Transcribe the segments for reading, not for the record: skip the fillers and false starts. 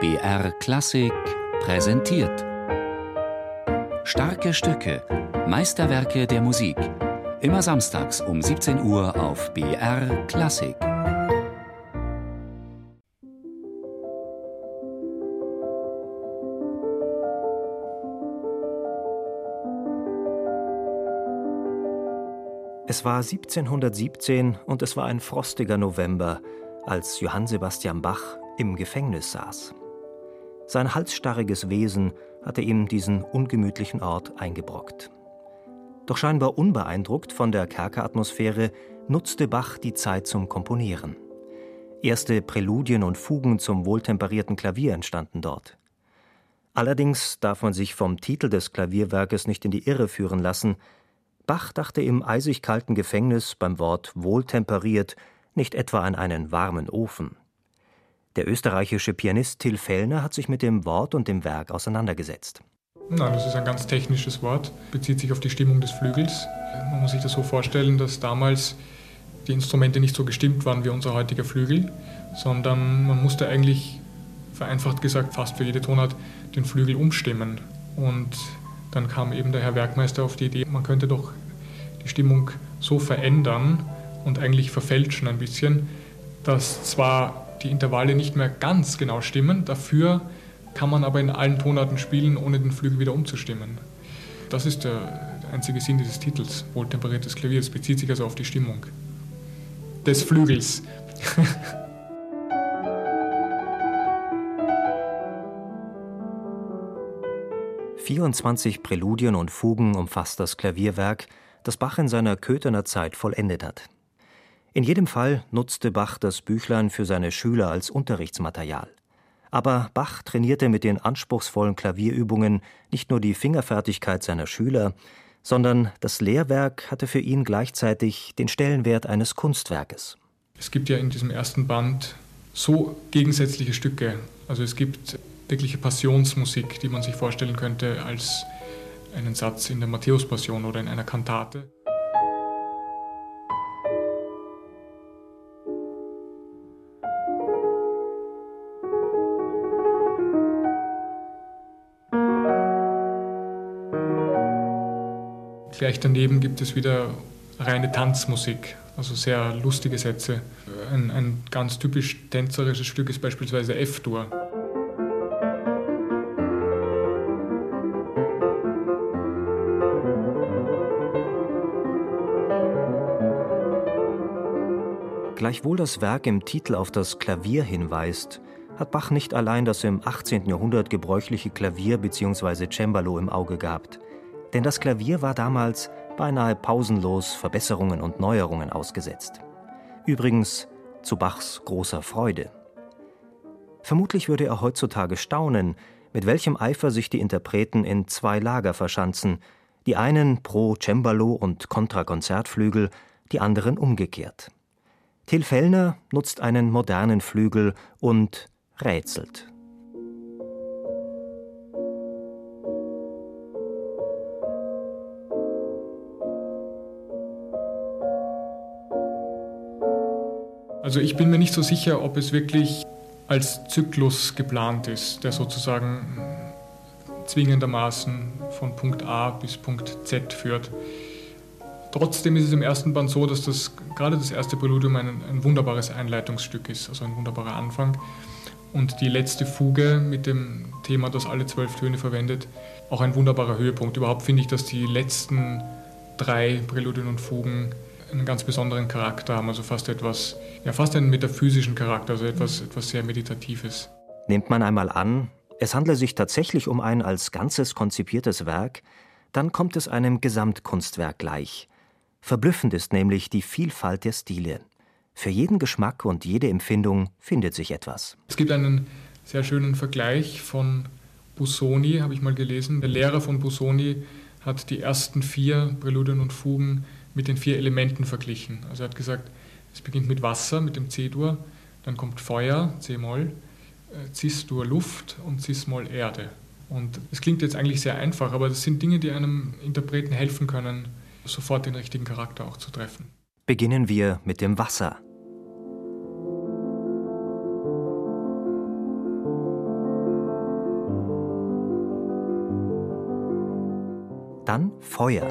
BR Klassik präsentiert. Starke Stücke, Meisterwerke der Musik. Immer samstags um 17 Uhr auf BR Klassik. Es war 1717 und es war ein frostiger November, als Johann Sebastian Bach im Gefängnis saß. Sein halsstarriges Wesen hatte ihm diesen ungemütlichen Ort eingebrockt. Doch scheinbar unbeeindruckt von der Kerkeratmosphäre nutzte Bach die Zeit zum Komponieren. Erste Präludien und Fugen zum wohltemperierten Klavier entstanden dort. Allerdings darf man sich vom Titel des Klavierwerkes nicht in die Irre führen lassen. Bach dachte im eisig kalten Gefängnis beim Wort wohltemperiert nicht etwa an einen warmen Ofen. Der österreichische Pianist Till Fellner hat sich mit dem Wort und dem Werk auseinandergesetzt. Nein, das ist ein ganz technisches Wort, bezieht sich auf die Stimmung des Flügels. Man muss sich das so vorstellen, dass damals die Instrumente nicht so gestimmt waren wie unser heutiger Flügel, sondern man musste eigentlich, vereinfacht gesagt, fast für jede Tonart den Flügel umstimmen. Und dann kam eben der Herr Werkmeister auf die Idee, man könnte doch die Stimmung so verändern und eigentlich verfälschen ein bisschen, dass zwar die Intervalle nicht mehr ganz genau stimmen, dafür kann man aber in allen Tonarten spielen, ohne den Flügel wieder umzustimmen. Das ist der einzige Sinn dieses Titels, wohltemperiertes Klavier. Es bezieht sich also auf die Stimmung des Flügels. 24 Präludien und Fugen umfasst das Klavierwerk, das Bach in seiner Köthener Zeit vollendet hat. In jedem Fall nutzte Bach das Büchlein für seine Schüler als Unterrichtsmaterial. Aber Bach trainierte mit den anspruchsvollen Klavierübungen nicht nur die Fingerfertigkeit seiner Schüler, sondern das Lehrwerk hatte für ihn gleichzeitig den Stellenwert eines Kunstwerkes. Es gibt ja in diesem ersten Band so gegensätzliche Stücke. Also es gibt wirkliche Passionsmusik, die man sich vorstellen könnte als einen Satz in der Matthäus-Passion oder in einer Kantate. Gleich daneben gibt es wieder reine Tanzmusik, also sehr lustige Sätze. Ein ganz typisch tänzerisches Stück ist beispielsweise F-Dur. Gleichwohl das Werk im Titel auf das Klavier hinweist, hat Bach nicht allein das im 18. Jahrhundert gebräuchliche Klavier bzw. Cembalo im Auge gehabt. Denn das Klavier war damals beinahe pausenlos Verbesserungen und Neuerungen ausgesetzt. Übrigens zu Bachs großer Freude. Vermutlich würde er heutzutage staunen, mit welchem Eifer sich die Interpreten in zwei Lager verschanzen, die einen pro Cembalo und contra Konzertflügel, die anderen umgekehrt. Till Fellner nutzt einen modernen Flügel und rätselt. Also ich bin mir nicht so sicher, ob es wirklich als Zyklus geplant ist, der sozusagen zwingendermaßen von Punkt A bis Punkt Z führt. Trotzdem ist es im ersten Band so, dass gerade das erste Präludium ein wunderbares Einleitungsstück ist, also ein wunderbarer Anfang. Und die letzte Fuge mit dem Thema, das alle 12 Töne verwendet, auch ein wunderbarer Höhepunkt. Überhaupt finde ich, dass die letzten 3 Präludien und Fugen einen ganz besonderen Charakter haben, also fast einen metaphysischen Charakter, also etwas sehr Meditatives. Nimmt man einmal an, es handle sich tatsächlich um ein als Ganzes konzipiertes Werk, dann kommt es einem Gesamtkunstwerk gleich. Verblüffend ist nämlich die Vielfalt der Stile. Für jeden Geschmack und jede Empfindung findet sich etwas. Es gibt einen sehr schönen Vergleich von Busoni, habe ich mal gelesen. Der Lehrer von Busoni hat die ersten 4 Präludien und Fugen mit den 4 Elementen verglichen. Also er hat gesagt, es beginnt mit Wasser, mit dem C-Dur, dann kommt Feuer, C-Moll, Cis-Dur Luft und Cis-Moll Erde. Und es klingt jetzt eigentlich sehr einfach, aber das sind Dinge, die einem Interpreten helfen können, sofort den richtigen Charakter auch zu treffen. Beginnen wir mit dem Wasser. Dann Feuer.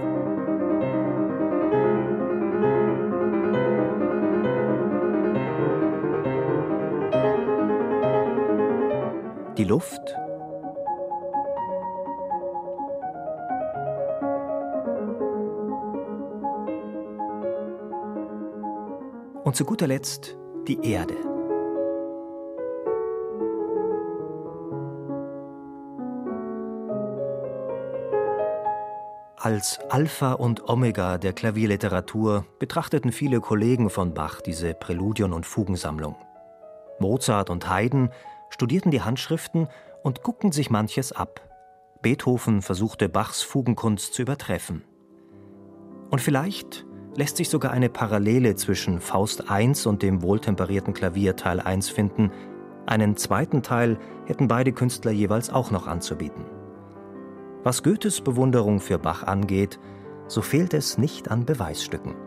Die Luft. Und zu guter Letzt die Erde. Als Alpha und Omega der Klavierliteratur betrachteten viele Kollegen von Bach diese Präludien- und Fugensammlung. Mozart und Haydn studierten die Handschriften und guckten sich manches ab. Beethoven versuchte Bachs Fugenkunst zu übertreffen. Und vielleicht lässt sich sogar eine Parallele zwischen Faust I und dem wohltemperierten Klavier Teil 1 finden. Einen zweiten Teil hätten beide Künstler jeweils auch noch anzubieten. Was Goethes Bewunderung für Bach angeht, so fehlt es nicht an Beweisstücken.